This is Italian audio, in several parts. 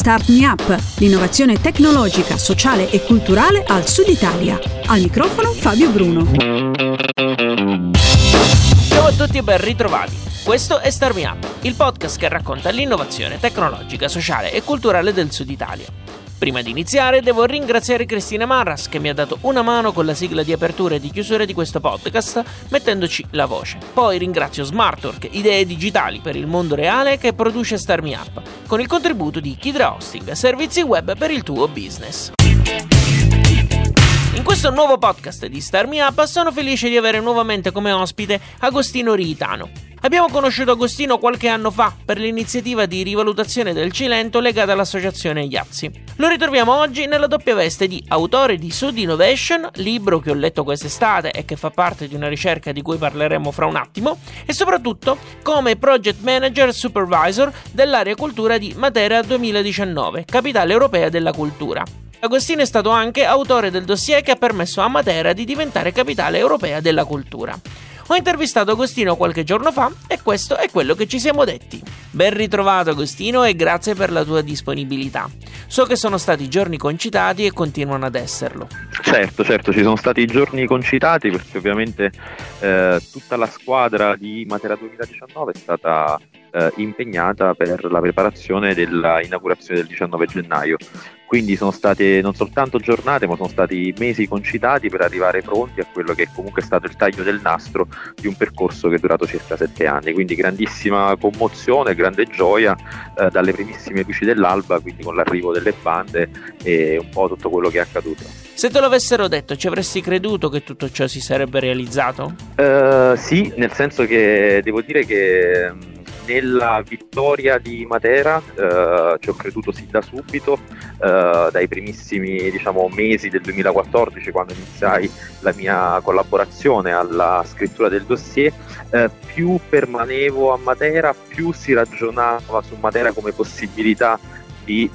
Start Me Up, l'innovazione tecnologica, sociale e culturale al Sud Italia. Al microfono Fabio Bruno. Ciao a tutti e ben ritrovati. Questo è Start Me Up, il podcast che racconta l'innovazione tecnologica, sociale e culturale del Sud Italia. Prima di iniziare devo ringraziare Cristina Marras che mi ha dato una mano con la sigla di apertura e di chiusura di questo podcast mettendoci la voce. Poi ringrazio Smartwork, idee digitali per il mondo reale che produce Start Me Up, con il contributo di Kidra Hosting, servizi web per il tuo business. In questo nuovo podcast di Start Me Up sono felice di avere nuovamente come ospite Agostino Riitano. Abbiamo conosciuto Agostino qualche anno fa per l'iniziativa di rivalutazione del Cilento legata all'associazione IATSI. Lo ritroviamo oggi nella doppia veste di autore di Sud Innovation, libro che ho letto quest'estate e che fa parte di una ricerca di cui parleremo fra un attimo, e soprattutto come Project Manager Supervisor dell'area cultura di Matera 2019, capitale europea della cultura. Agostino è stato anche autore del dossier che ha permesso a Matera di diventare capitale europea della cultura. Ho intervistato Agostino qualche giorno fa e questo è quello che ci siamo detti. Ben ritrovato Agostino e grazie per la tua disponibilità. So che sono stati giorni concitati e continuano ad esserlo. Certo, ci sono stati giorni concitati perché ovviamente tutta la squadra di Matera 2019 è stata impegnata per la preparazione della inaugurazione del 19 gennaio. Quindi sono state non soltanto giornate, ma sono stati mesi concitati per arrivare pronti a quello che comunque è stato il taglio del nastro di un percorso che è durato circa 7 anni. Quindi grandissima commozione, grande gioia dalle primissime luci dell'alba, quindi con l'arrivo delle bande e un po' tutto quello che è accaduto. Se te lo avessero detto, ci avresti creduto che tutto ciò si sarebbe realizzato? Sì, nel senso che devo dire che nella vittoria di Matera ci ho creduto sin da subito, dai primissimi mesi del 2014, quando iniziai la mia collaborazione alla scrittura del dossier. Più permanevo a Matera, più si ragionava su Matera come possibilità di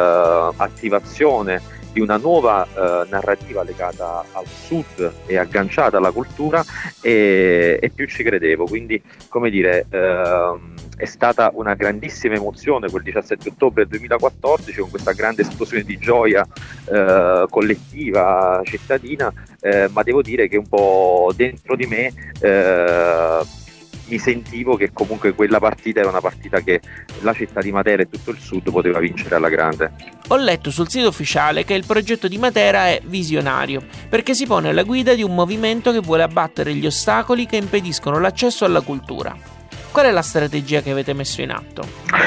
attivazione di una nuova narrativa legata al sud e agganciata alla cultura, e più ci credevo. Quindi, come dire, è stata una grandissima emozione quel 17 ottobre 2014 con questa grande esplosione di gioia collettiva cittadina, ma devo dire che un po' dentro di me mi sentivo che comunque quella partita era una partita che la città di Matera e tutto il sud poteva vincere alla grande. Ho letto sul sito ufficiale che il progetto di Matera è visionario, perché si pone alla guida di un movimento che vuole abbattere gli ostacoli che impediscono l'accesso alla cultura. Qual è la strategia che avete messo in atto?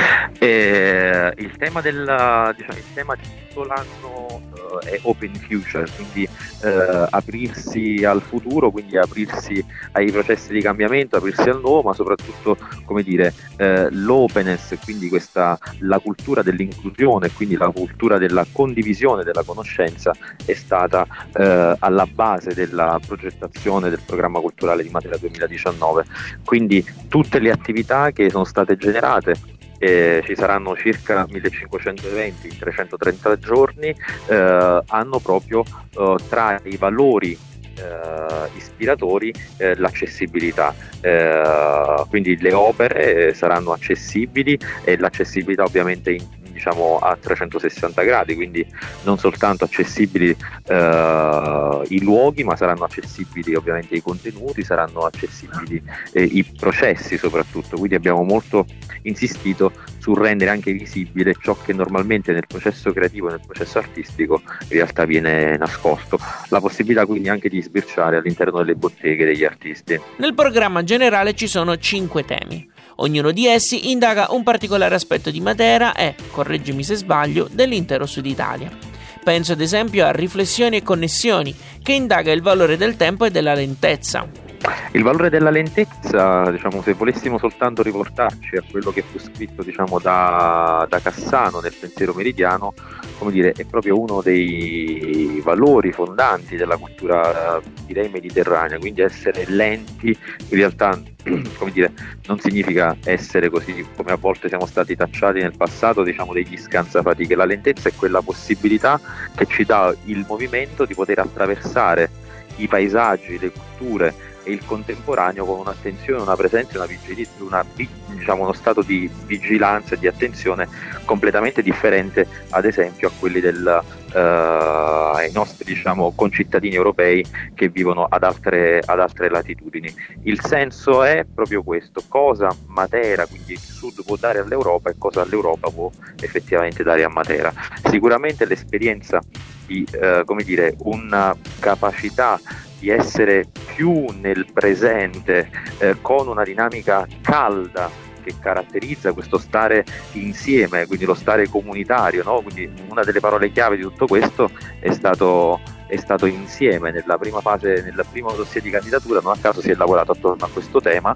Il tema di tutto l'anno è Open Future, quindi aprirsi al futuro, quindi aprirsi ai processi di cambiamento, aprirsi al nuovo, ma soprattutto, come dire, l'openness, quindi la cultura dell'inclusione, quindi la cultura della condivisione della conoscenza è stata alla base della progettazione del programma culturale di Matera 2019. Quindi tutte le attività che sono state generate, ci saranno circa 1500 eventi in 330 giorni, hanno proprio tra i valori ispiratori l'accessibilità, quindi le opere saranno accessibili, e l'accessibilità ovviamente a 360 gradi, quindi non soltanto accessibili i luoghi, ma saranno accessibili ovviamente i contenuti, saranno accessibili i processi soprattutto. Quindi abbiamo molto insistito su rendere anche visibile ciò che normalmente nel processo creativo e nel processo artistico in realtà viene nascosto, la possibilità quindi anche di sbirciare all'interno delle botteghe degli artisti. Nel programma generale ci sono 5 temi. Ognuno di essi indaga un particolare aspetto di Matera e, correggimi se sbaglio, dell'intero Sud Italia. Penso ad esempio a Riflessioni e connessioni, che indaga il valore del tempo e della lentezza. Il valore della lentezza, se volessimo soltanto riportarci a quello che fu scritto da Cassano nel pensiero meridiano, come dire, è proprio uno dei valori fondanti della cultura, direi, mediterranea. Quindi essere lenti in realtà, come dire, non significa essere così come a volte siamo stati tacciati nel passato, degli scansafatiche. La lentezza è quella possibilità che ci dà il movimento di poter attraversare i paesaggi, le culture e il contemporaneo con un'attenzione, una presenza, uno stato di vigilanza e di attenzione completamente differente, ad esempio, a quelli ai nostri concittadini europei che vivono ad altre latitudini. Il senso è proprio questo: cosa Matera, quindi il Sud, può dare all'Europa e cosa l'Europa può effettivamente dare a Matera. Sicuramente l'esperienza di una capacità di essere più nel presente, con una dinamica calda che caratterizza questo stare insieme, quindi lo stare comunitario, no? Quindi una delle parole chiave di tutto questo è stato insieme. Nella prima fase, nel primo dossier di candidatura, non a caso si è lavorato attorno a questo tema,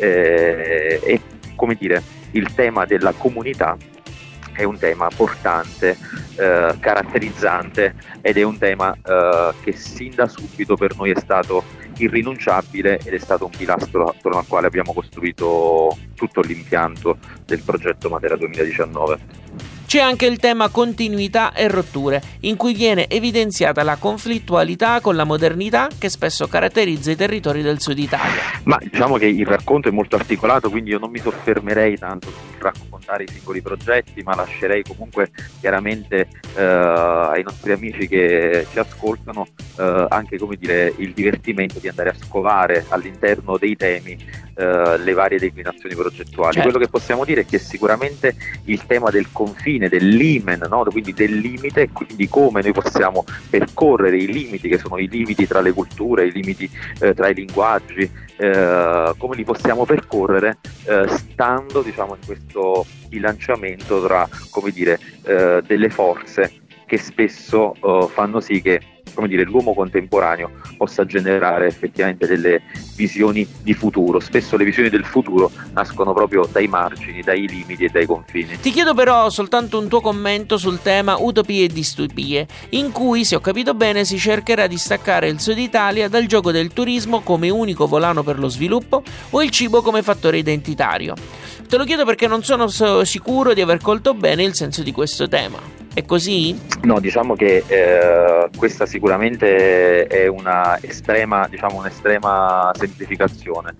e il tema della comunità è un tema portante, caratterizzante, ed è un tema che sin da subito per noi è stato irrinunciabile ed è stato un pilastro attorno al quale abbiamo costruito tutto l'impianto del progetto Matera 2019. C'è anche il tema continuità e rotture, in cui viene evidenziata la conflittualità con la modernità che spesso caratterizza i territori del Sud Italia. Ma diciamo che il racconto è molto articolato, quindi io non mi soffermerei tanto sul raccontare i singoli progetti, ma lascerei comunque chiaramente ai nostri amici che ci ascoltano anche il divertimento di andare a scovare all'interno dei temi le varie declinazioni progettuali. Certo. Quello che possiamo dire è che sicuramente il tema del confine, del limen, no? Quindi del limite, quindi come noi possiamo percorrere i limiti, che sono i limiti tra le culture, i limiti tra i linguaggi, come li possiamo percorrere stando in questo bilanciamento tra delle forze che spesso fanno sì che l'uomo contemporaneo possa generare effettivamente delle visioni di futuro. Spesso le visioni del futuro nascono proprio dai margini, dai limiti e dai confini. Ti chiedo però soltanto un tuo commento sul tema utopie e distopie, in cui, se ho capito bene, si cercherà di staccare il Sud Italia dal gioco del turismo come unico volano per lo sviluppo o il cibo come fattore identitario. Te lo chiedo perché non sono sicuro di aver colto bene il senso di questo tema. È così? No, diciamo che questa sicuramente è un'estrema semplificazione.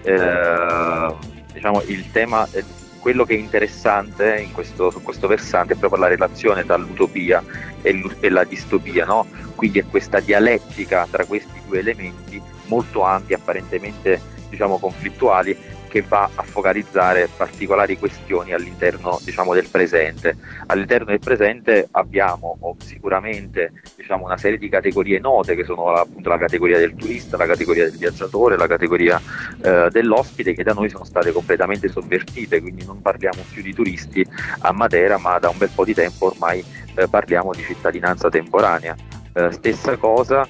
Il tema, quello che è interessante su questo versante è proprio la relazione tra l'utopia e la distopia, no? Quindi è questa dialettica tra questi due elementi molto ampi, apparentemente conflittuali, che va a focalizzare particolari questioni all'interno del presente. All'interno del presente abbiamo sicuramente una serie di categorie note, che sono appunto la categoria del turista, la categoria del viaggiatore, la categoria dell'ospite, che da noi sono state completamente sovvertite, quindi non parliamo più di turisti a Matera, ma da un bel po' di tempo ormai parliamo di cittadinanza temporanea. Stessa cosa,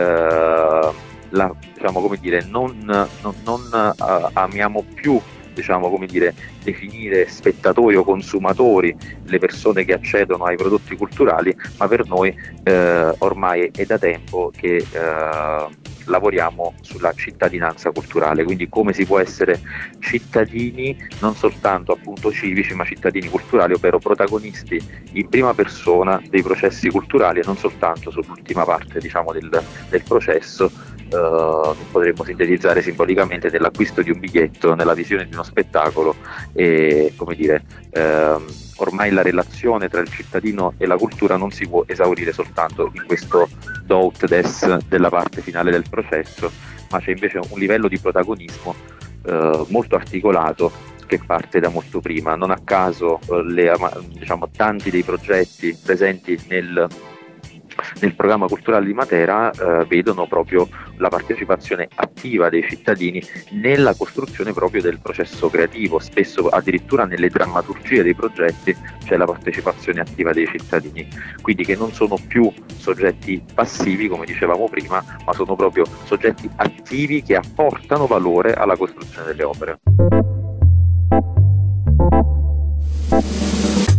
non amiamo più definire spettatori o consumatori le persone che accedono ai prodotti culturali, ma per noi ormai è da tempo che lavoriamo sulla cittadinanza culturale, quindi come si può essere cittadini non soltanto appunto civici, ma cittadini culturali, ovvero protagonisti in prima persona dei processi culturali e non soltanto sull'ultima parte del processo, che potremmo sintetizzare simbolicamente nell'acquisto di un biglietto, nella visione di uno spettacolo e ormai la relazione tra il cittadino e la cultura non si può esaurire soltanto in questo do ut des della parte finale del processo, ma c'è invece un livello di protagonismo molto articolato che parte da molto prima. Non a caso tanti dei progetti presenti nel programma culturale di Matera vedono proprio la partecipazione attiva dei cittadini nella costruzione proprio del processo creativo. Spesso addirittura nelle drammaturgie dei progetti c'è la partecipazione attiva dei cittadini, quindi che non sono più soggetti passivi come dicevamo prima, ma sono proprio soggetti attivi che apportano valore alla costruzione delle opere.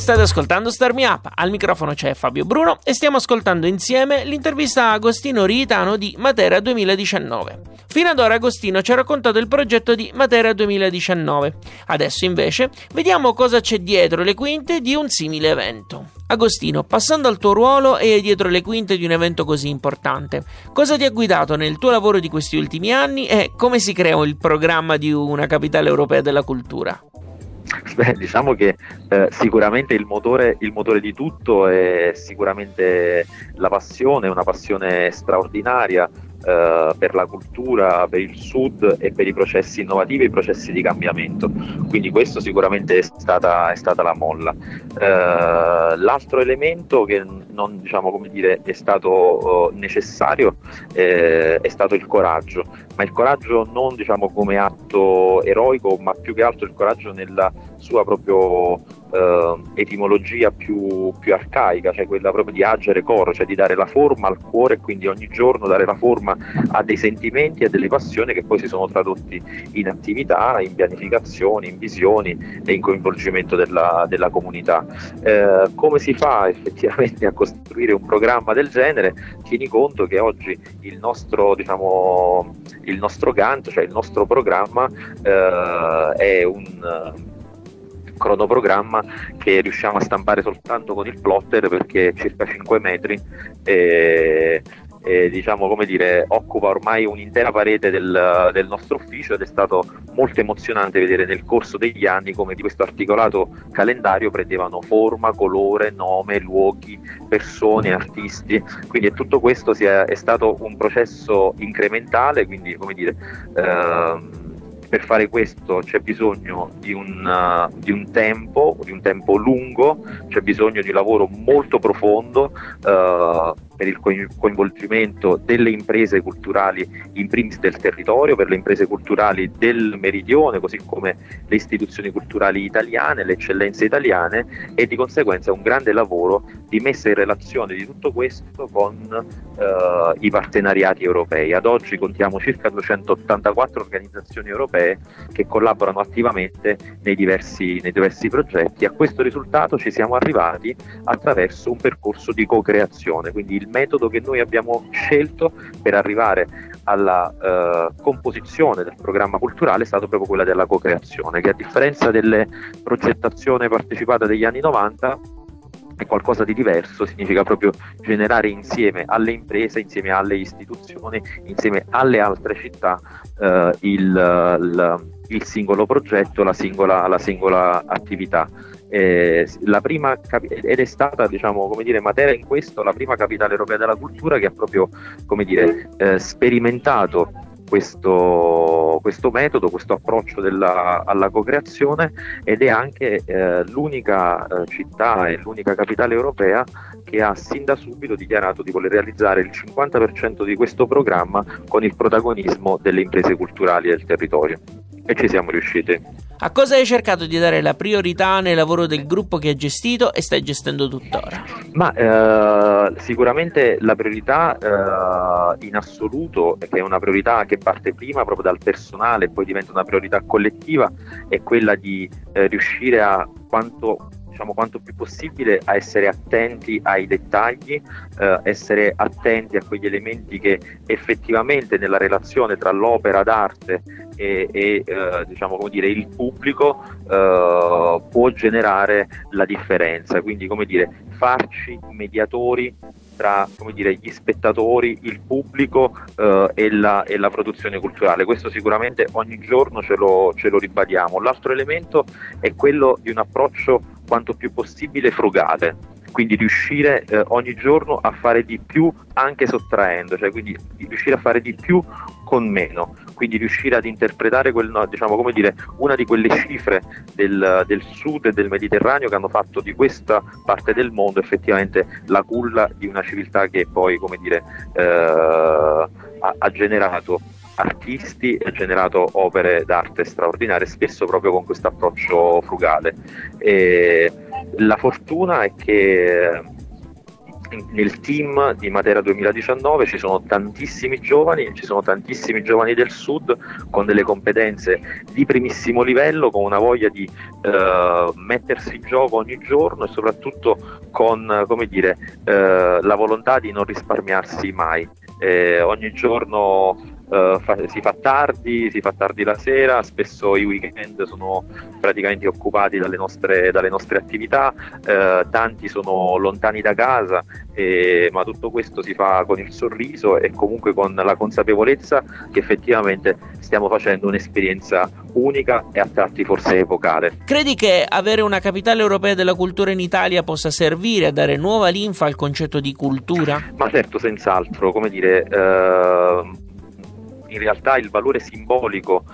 State ascoltando Start Me Up, al microfono c'è Fabio Bruno e stiamo ascoltando insieme l'intervista a Agostino Riitano di Matera 2019. Fino ad ora Agostino ci ha raccontato il progetto di Matera 2019. Adesso invece vediamo cosa c'è dietro le quinte di un simile evento. Agostino, passando al tuo ruolo e dietro le quinte di un evento così importante, cosa ti ha guidato nel tuo lavoro di questi ultimi anni e come si crea il programma di una capitale europea della cultura? Beh, diciamo che sicuramente il motore di tutto è sicuramente la passione, una passione straordinaria per la cultura, per il Sud e per i processi innovativi e i processi di cambiamento. Quindi questo sicuramente è stata la molla. L'altro elemento che non è stato necessario è stato il coraggio, ma il coraggio non come atto eroico, ma più che altro il coraggio nella sua proprio etimologia più arcaica, cioè quella proprio di agere coro, cioè di dare la forma al cuore e quindi ogni giorno dare la forma a dei sentimenti e a delle passioni che poi si sono tradotti in attività, in pianificazioni, in visioni e in coinvolgimento della comunità. Come si fa effettivamente a costruire un programma del genere? Tieni conto che oggi il nostro Gantt, cioè il nostro programma, è un cronoprogramma che riusciamo a stampare soltanto con il plotter, perché è circa 5 metri e occupa ormai un'intera parete del nostro ufficio, ed è stato molto emozionante vedere nel corso degli anni come di questo articolato calendario prendevano forma, colore, nome, luoghi, persone, artisti. Quindi tutto questo è stato un processo incrementale, quindi per fare questo c'è bisogno di un tempo lungo, c'è bisogno di un lavoro molto profondo per il coinvolgimento delle imprese culturali in primis del territorio, per le imprese culturali del meridione, così come le istituzioni culturali italiane, le eccellenze italiane, e di conseguenza un grande lavoro di messa in relazione di tutto questo con i partenariati europei. Ad oggi contiamo circa 284 organizzazioni europee che collaborano attivamente nei diversi progetti. A questo risultato ci siamo arrivati attraverso un percorso di co-creazione, quindi il metodo che noi abbiamo scelto per arrivare alla composizione del programma culturale è stato proprio quella della co-creazione, che a differenza delle progettazioni partecipate degli anni 90 è qualcosa di diverso. Significa proprio generare insieme alle imprese, insieme alle istituzioni, insieme alle altre città il singolo progetto, la singola attività. La prima ed è stata, Matera in questo la prima capitale europea della cultura che ha proprio sperimentato questo metodo, questo approccio alla co-creazione, ed è anche l'unica città e l'unica capitale europea che ha sin da subito dichiarato di voler realizzare il 50% di questo programma con il protagonismo delle imprese culturali del territorio, e ci siamo riusciti. A cosa hai cercato di dare la priorità nel lavoro del gruppo che hai gestito e stai gestendo tuttora? Ma sicuramente la priorità in assoluto, che è una priorità che parte prima proprio dal personale e poi diventa una priorità collettiva, è quella di riuscire a quanto più possibile a essere attenti ai dettagli, essere attenti a quegli elementi che effettivamente nella relazione tra l'opera d'arte e il pubblico può generare la differenza. Quindi farci mediatori tra gli spettatori, il pubblico e la produzione culturale. Questo sicuramente ogni giorno ce lo ribadiamo. L'altro elemento è quello di un approccio quanto più possibile frugale, quindi riuscire ogni giorno a fare di più anche sottraendo, cioè quindi riuscire a fare di più con meno, quindi riuscire ad interpretare una di quelle cifre del Sud e del Mediterraneo che hanno fatto di questa parte del mondo effettivamente la culla di una civiltà che poi ha generato artisti e ha generato opere d'arte straordinarie, spesso proprio con questo approccio frugale. La fortuna è che nel team di Matera 2019 ci sono tantissimi giovani del sud con delle competenze di primissimo livello, con una voglia di mettersi in gioco ogni giorno e soprattutto con la volontà di non risparmiarsi mai. Ogni giorno si fa tardi la sera, spesso i weekend sono praticamente occupati dalle nostre attività, tanti sono lontani da casa, ma tutto questo si fa con il sorriso e comunque con la consapevolezza che effettivamente stiamo facendo un'esperienza unica e a tratti forse epocale. Credi che avere una capitale europea della cultura in Italia possa servire a dare nuova linfa al concetto di cultura? Ma certo, senz'altro, in realtà il valore simbolico,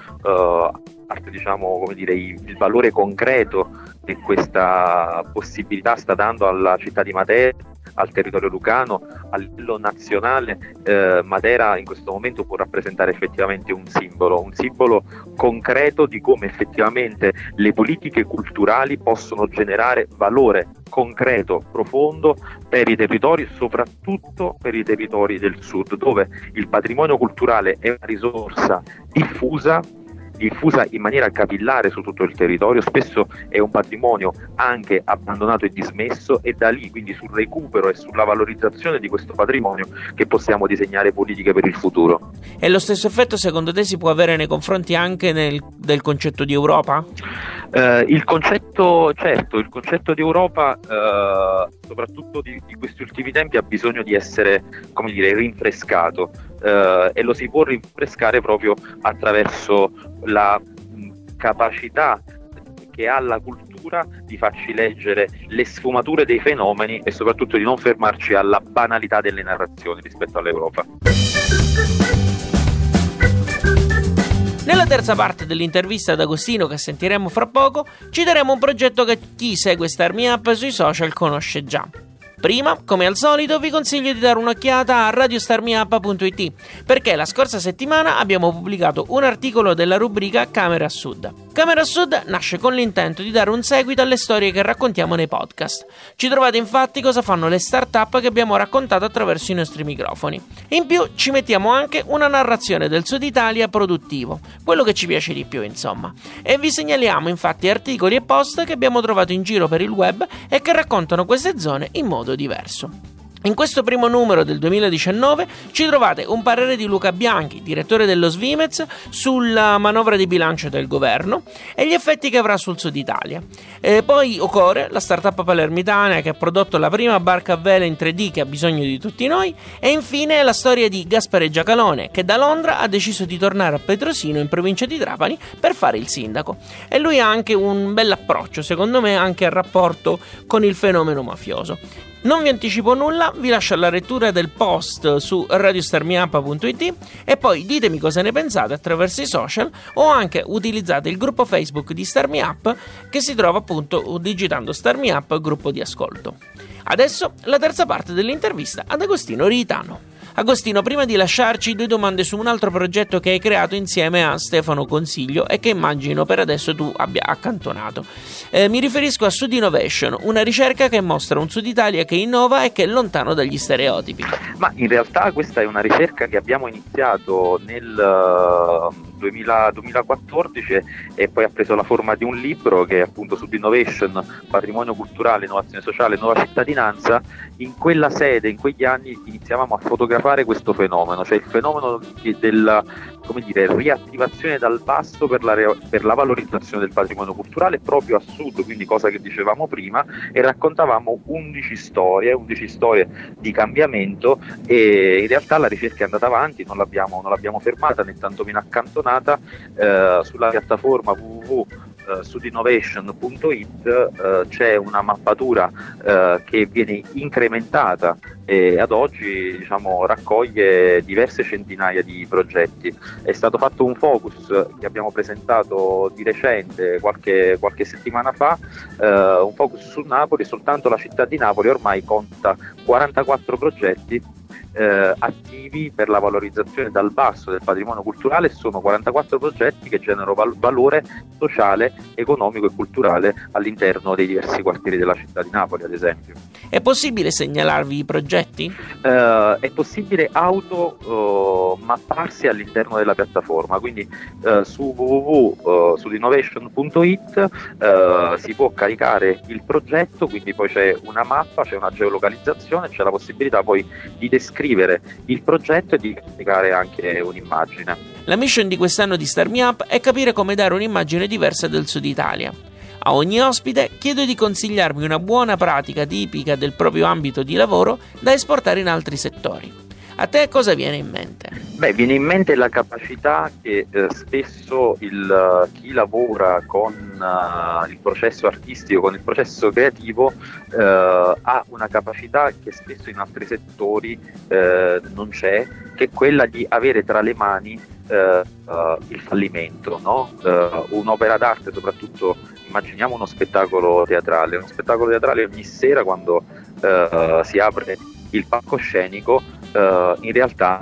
il valore concreto che questa possibilità sta dando alla città di Matera, al territorio lucano, a livello nazionale, Matera in questo momento può rappresentare effettivamente un simbolo concreto di come effettivamente le politiche culturali possono generare valore concreto, profondo per i territori, soprattutto per i territori del sud, dove il patrimonio culturale è una risorsa diffusa in maniera capillare su tutto il territorio, spesso è un patrimonio anche abbandonato e dismesso, e da lì, quindi sul recupero e sulla valorizzazione di questo patrimonio, che possiamo disegnare politiche per il futuro. E lo stesso effetto secondo te si può avere nei confronti anche del concetto di Europa? Il concetto di Europa, soprattutto di questi ultimi tempi, ha bisogno di essere, rinfrescato, e lo si può rinfrescare proprio attraverso la capacità che ha la cultura di farci leggere le sfumature dei fenomeni e soprattutto di non fermarci alla banalità delle narrazioni rispetto all'Europa. Nella terza parte dell'intervista ad Agostino, che sentiremo fra poco, ci daremo un progetto che chi segue Start Me Up sui social conosce già. Prima, come al solito, vi consiglio di dare un'occhiata a radiostarmeup.it, perché la scorsa settimana abbiamo pubblicato un articolo della rubrica Camera a Sud. Camera a Sud nasce con l'intento di dare un seguito alle storie che raccontiamo nei podcast. Ci trovate infatti cosa fanno le start-up che abbiamo raccontato attraverso i nostri microfoni. In più ci mettiamo anche una narrazione del Sud Italia produttivo, quello che ci piace di più insomma. E vi segnaliamo infatti articoli e post che abbiamo trovato in giro per il web e che raccontano queste zone in modo diverso. In questo primo numero del 2019 ci trovate un parere di Luca Bianchi, direttore dello Svimez, sulla manovra di bilancio del governo e gli effetti che avrà sul Sud Italia. Poi Ocore, la startup palermitana che ha prodotto la prima barca a vela in 3D che ha bisogno di tutti noi, e infine la storia di Gaspare Giacalone, che da Londra ha deciso di tornare a Petrosino in provincia di Trapani per fare il sindaco. E lui ha anche un bell'approccio, secondo me, anche al rapporto con il fenomeno mafioso. Non vi anticipo nulla, vi lascio alla lettura del post su radiostarmeup.it e poi ditemi cosa ne pensate attraverso i social o anche utilizzate il gruppo Facebook di Start Me Up, che si trova appunto digitando Start Me Up gruppo di ascolto. Adesso la terza parte dell'intervista ad Agostino Ritano. Agostino, prima di lasciarci, 2 domande su un altro progetto che hai creato insieme a Stefano Consiglio e che immagino per adesso tu abbia accantonato. Mi riferisco a Sud Innovation, una ricerca che mostra un Sud Italia che innova e che è lontano dagli stereotipi. Ma in realtà questa è una ricerca che abbiamo iniziato nel 2014 e poi ha preso la forma di un libro che è appunto Sud Innovation, patrimonio culturale, innovazione sociale, nuova cittadinanza. In quella sede, in quegli anni, iniziavamo a fotografare questo fenomeno, cioè il fenomeno della riattivazione dal basso per la valorizzazione del patrimonio culturale proprio a sud, quindi cosa che dicevamo prima, e raccontavamo 11 storie di cambiamento, e in realtà la ricerca è andata avanti, non l'abbiamo fermata né tantomeno accantonata. Sulla piattaforma www.sudinnovation.it c'è una mappatura che viene incrementata e ad oggi raccoglie diverse centinaia di progetti. È stato fatto un focus che abbiamo presentato di recente, qualche settimana fa, un focus su Napoli. Soltanto la città di Napoli ormai conta 44 progetti attivi per la valorizzazione dal basso del patrimonio culturale. Sono 44 progetti che generano valore sociale, economico e culturale all'interno dei diversi quartieri della città di Napoli, ad esempio. È possibile segnalarvi i progetti? È possibile mapparsi all'interno della piattaforma, quindi su www.sudinnovation.it si può caricare il progetto, quindi poi c'è una mappa, c'è una geolocalizzazione, c'è la possibilità poi di descrivere il progetto e di caricare anche un'immagine. La mission di quest'anno di Start Me Up è capire come dare un'immagine diversa del Sud Italia. A ogni ospite chiedo di consigliarmi una buona pratica tipica del proprio ambito di lavoro da esportare in altri settori. A te cosa viene in mente? Viene in mente la capacità che spesso chi lavora con il processo artistico, con il processo creativo, ha una capacità che spesso in altri settori non c'è, che è quella di avere tra le mani il fallimento, no? Un'opera d'arte, soprattutto immaginiamo uno spettacolo teatrale ogni sera quando si apre il palcoscenico, in realtà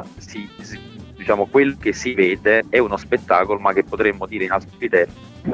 quello che si vede è uno spettacolo, ma che potremmo dire in altri termini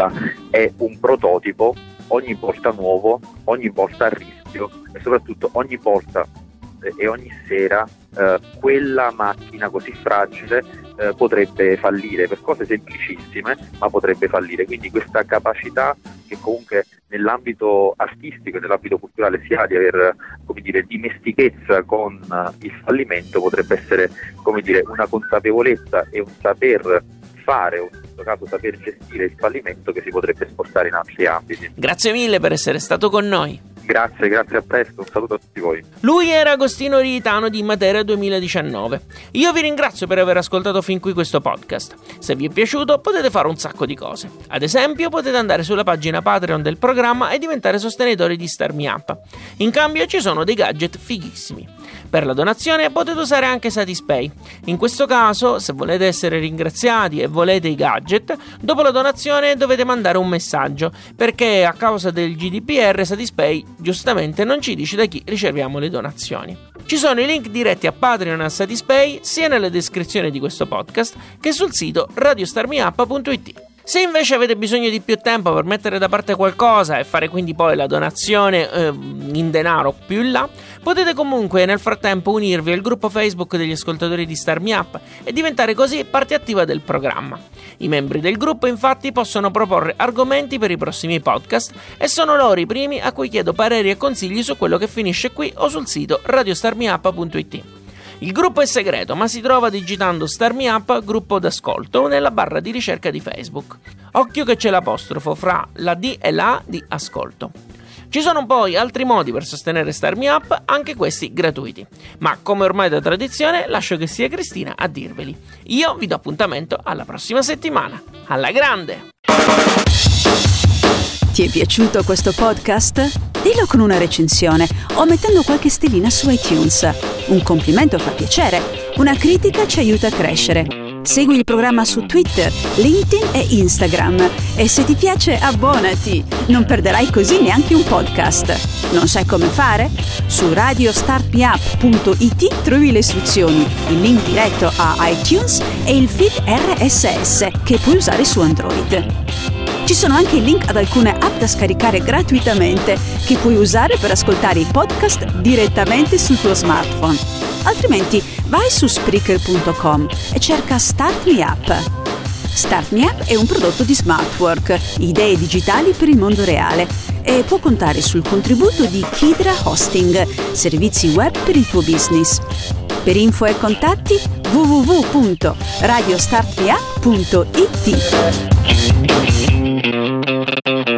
è un prototipo, ogni volta nuovo, ogni volta a rischio, e soprattutto ogni volta e ogni sera quella macchina così fragile potrebbe fallire per cose semplicissime, ma potrebbe fallire. Quindi questa capacità che comunque nell'ambito artistico e nell'ambito culturale si ha di aver, dimestichezza con il fallimento, potrebbe essere, una consapevolezza e un saper fare, o in questo caso saper gestire il fallimento, che si potrebbe spostare in altri ambiti. Grazie mille per essere stato con noi. Grazie, a presto, un saluto a tutti voi. Lui era Agostino Ritano di Matera 2019. Io vi ringrazio per aver ascoltato fin qui questo podcast. Se vi è piaciuto potete fare un sacco di cose. Ad esempio potete andare sulla pagina Patreon del programma e diventare sostenitori di Start Me Up. In cambio ci sono dei gadget fighissimi. Per la donazione potete usare anche Satispay. In questo caso, se volete essere ringraziati e volete i gadget, dopo la donazione dovete mandare un messaggio, perché a causa del GDPR Satispay giustamente non ci dice da chi riceviamo le donazioni. Ci sono i link diretti a Patreon e a Satispay sia nella descrizione di questo podcast che sul sito radiostarmeup.it. Se invece avete bisogno di più tempo per mettere da parte qualcosa e fare quindi poi la donazione in denaro più in là, potete comunque nel frattempo unirvi al gruppo Facebook degli ascoltatori di Start Me Up e diventare così parte attiva del programma. I membri del gruppo infatti possono proporre argomenti per i prossimi podcast e sono loro i primi a cui chiedo pareri e consigli su quello che finisce qui o sul sito radiostarmeup.it. Il gruppo è segreto, ma si trova digitando Start Me Up gruppo d'ascolto nella barra di ricerca di Facebook. Occhio che c'è l'apostrofo fra la D e la A di ascolto. Ci sono poi altri modi per sostenere Start Me Up, anche questi gratuiti. Ma come ormai da tradizione, lascio che sia Cristina a dirveli. Io vi do appuntamento alla prossima settimana. Alla grande! Ti è piaciuto questo podcast? Dillo con una recensione o mettendo qualche stellina su iTunes. Un complimento fa piacere, una critica ci aiuta a crescere. Segui il programma su Twitter, LinkedIn e Instagram e se ti piace abbonati, non perderai così neanche un podcast. Non sai come fare? Su radiostartmeup.it trovi le istruzioni, il link diretto a iTunes e il feed RSS che puoi usare su Android. Ci sono anche i link ad alcune app da scaricare gratuitamente che puoi usare per ascoltare i podcast direttamente sul tuo smartphone. Altrimenti vai su Spreaker.com e cerca Start Me Up. Start Me Up è un prodotto di Smartwork, idee digitali per il mondo reale, e può contare sul contributo di Kidra Hosting, servizi web per il tuo business. Per info e contatti www.radiostartmeup.it.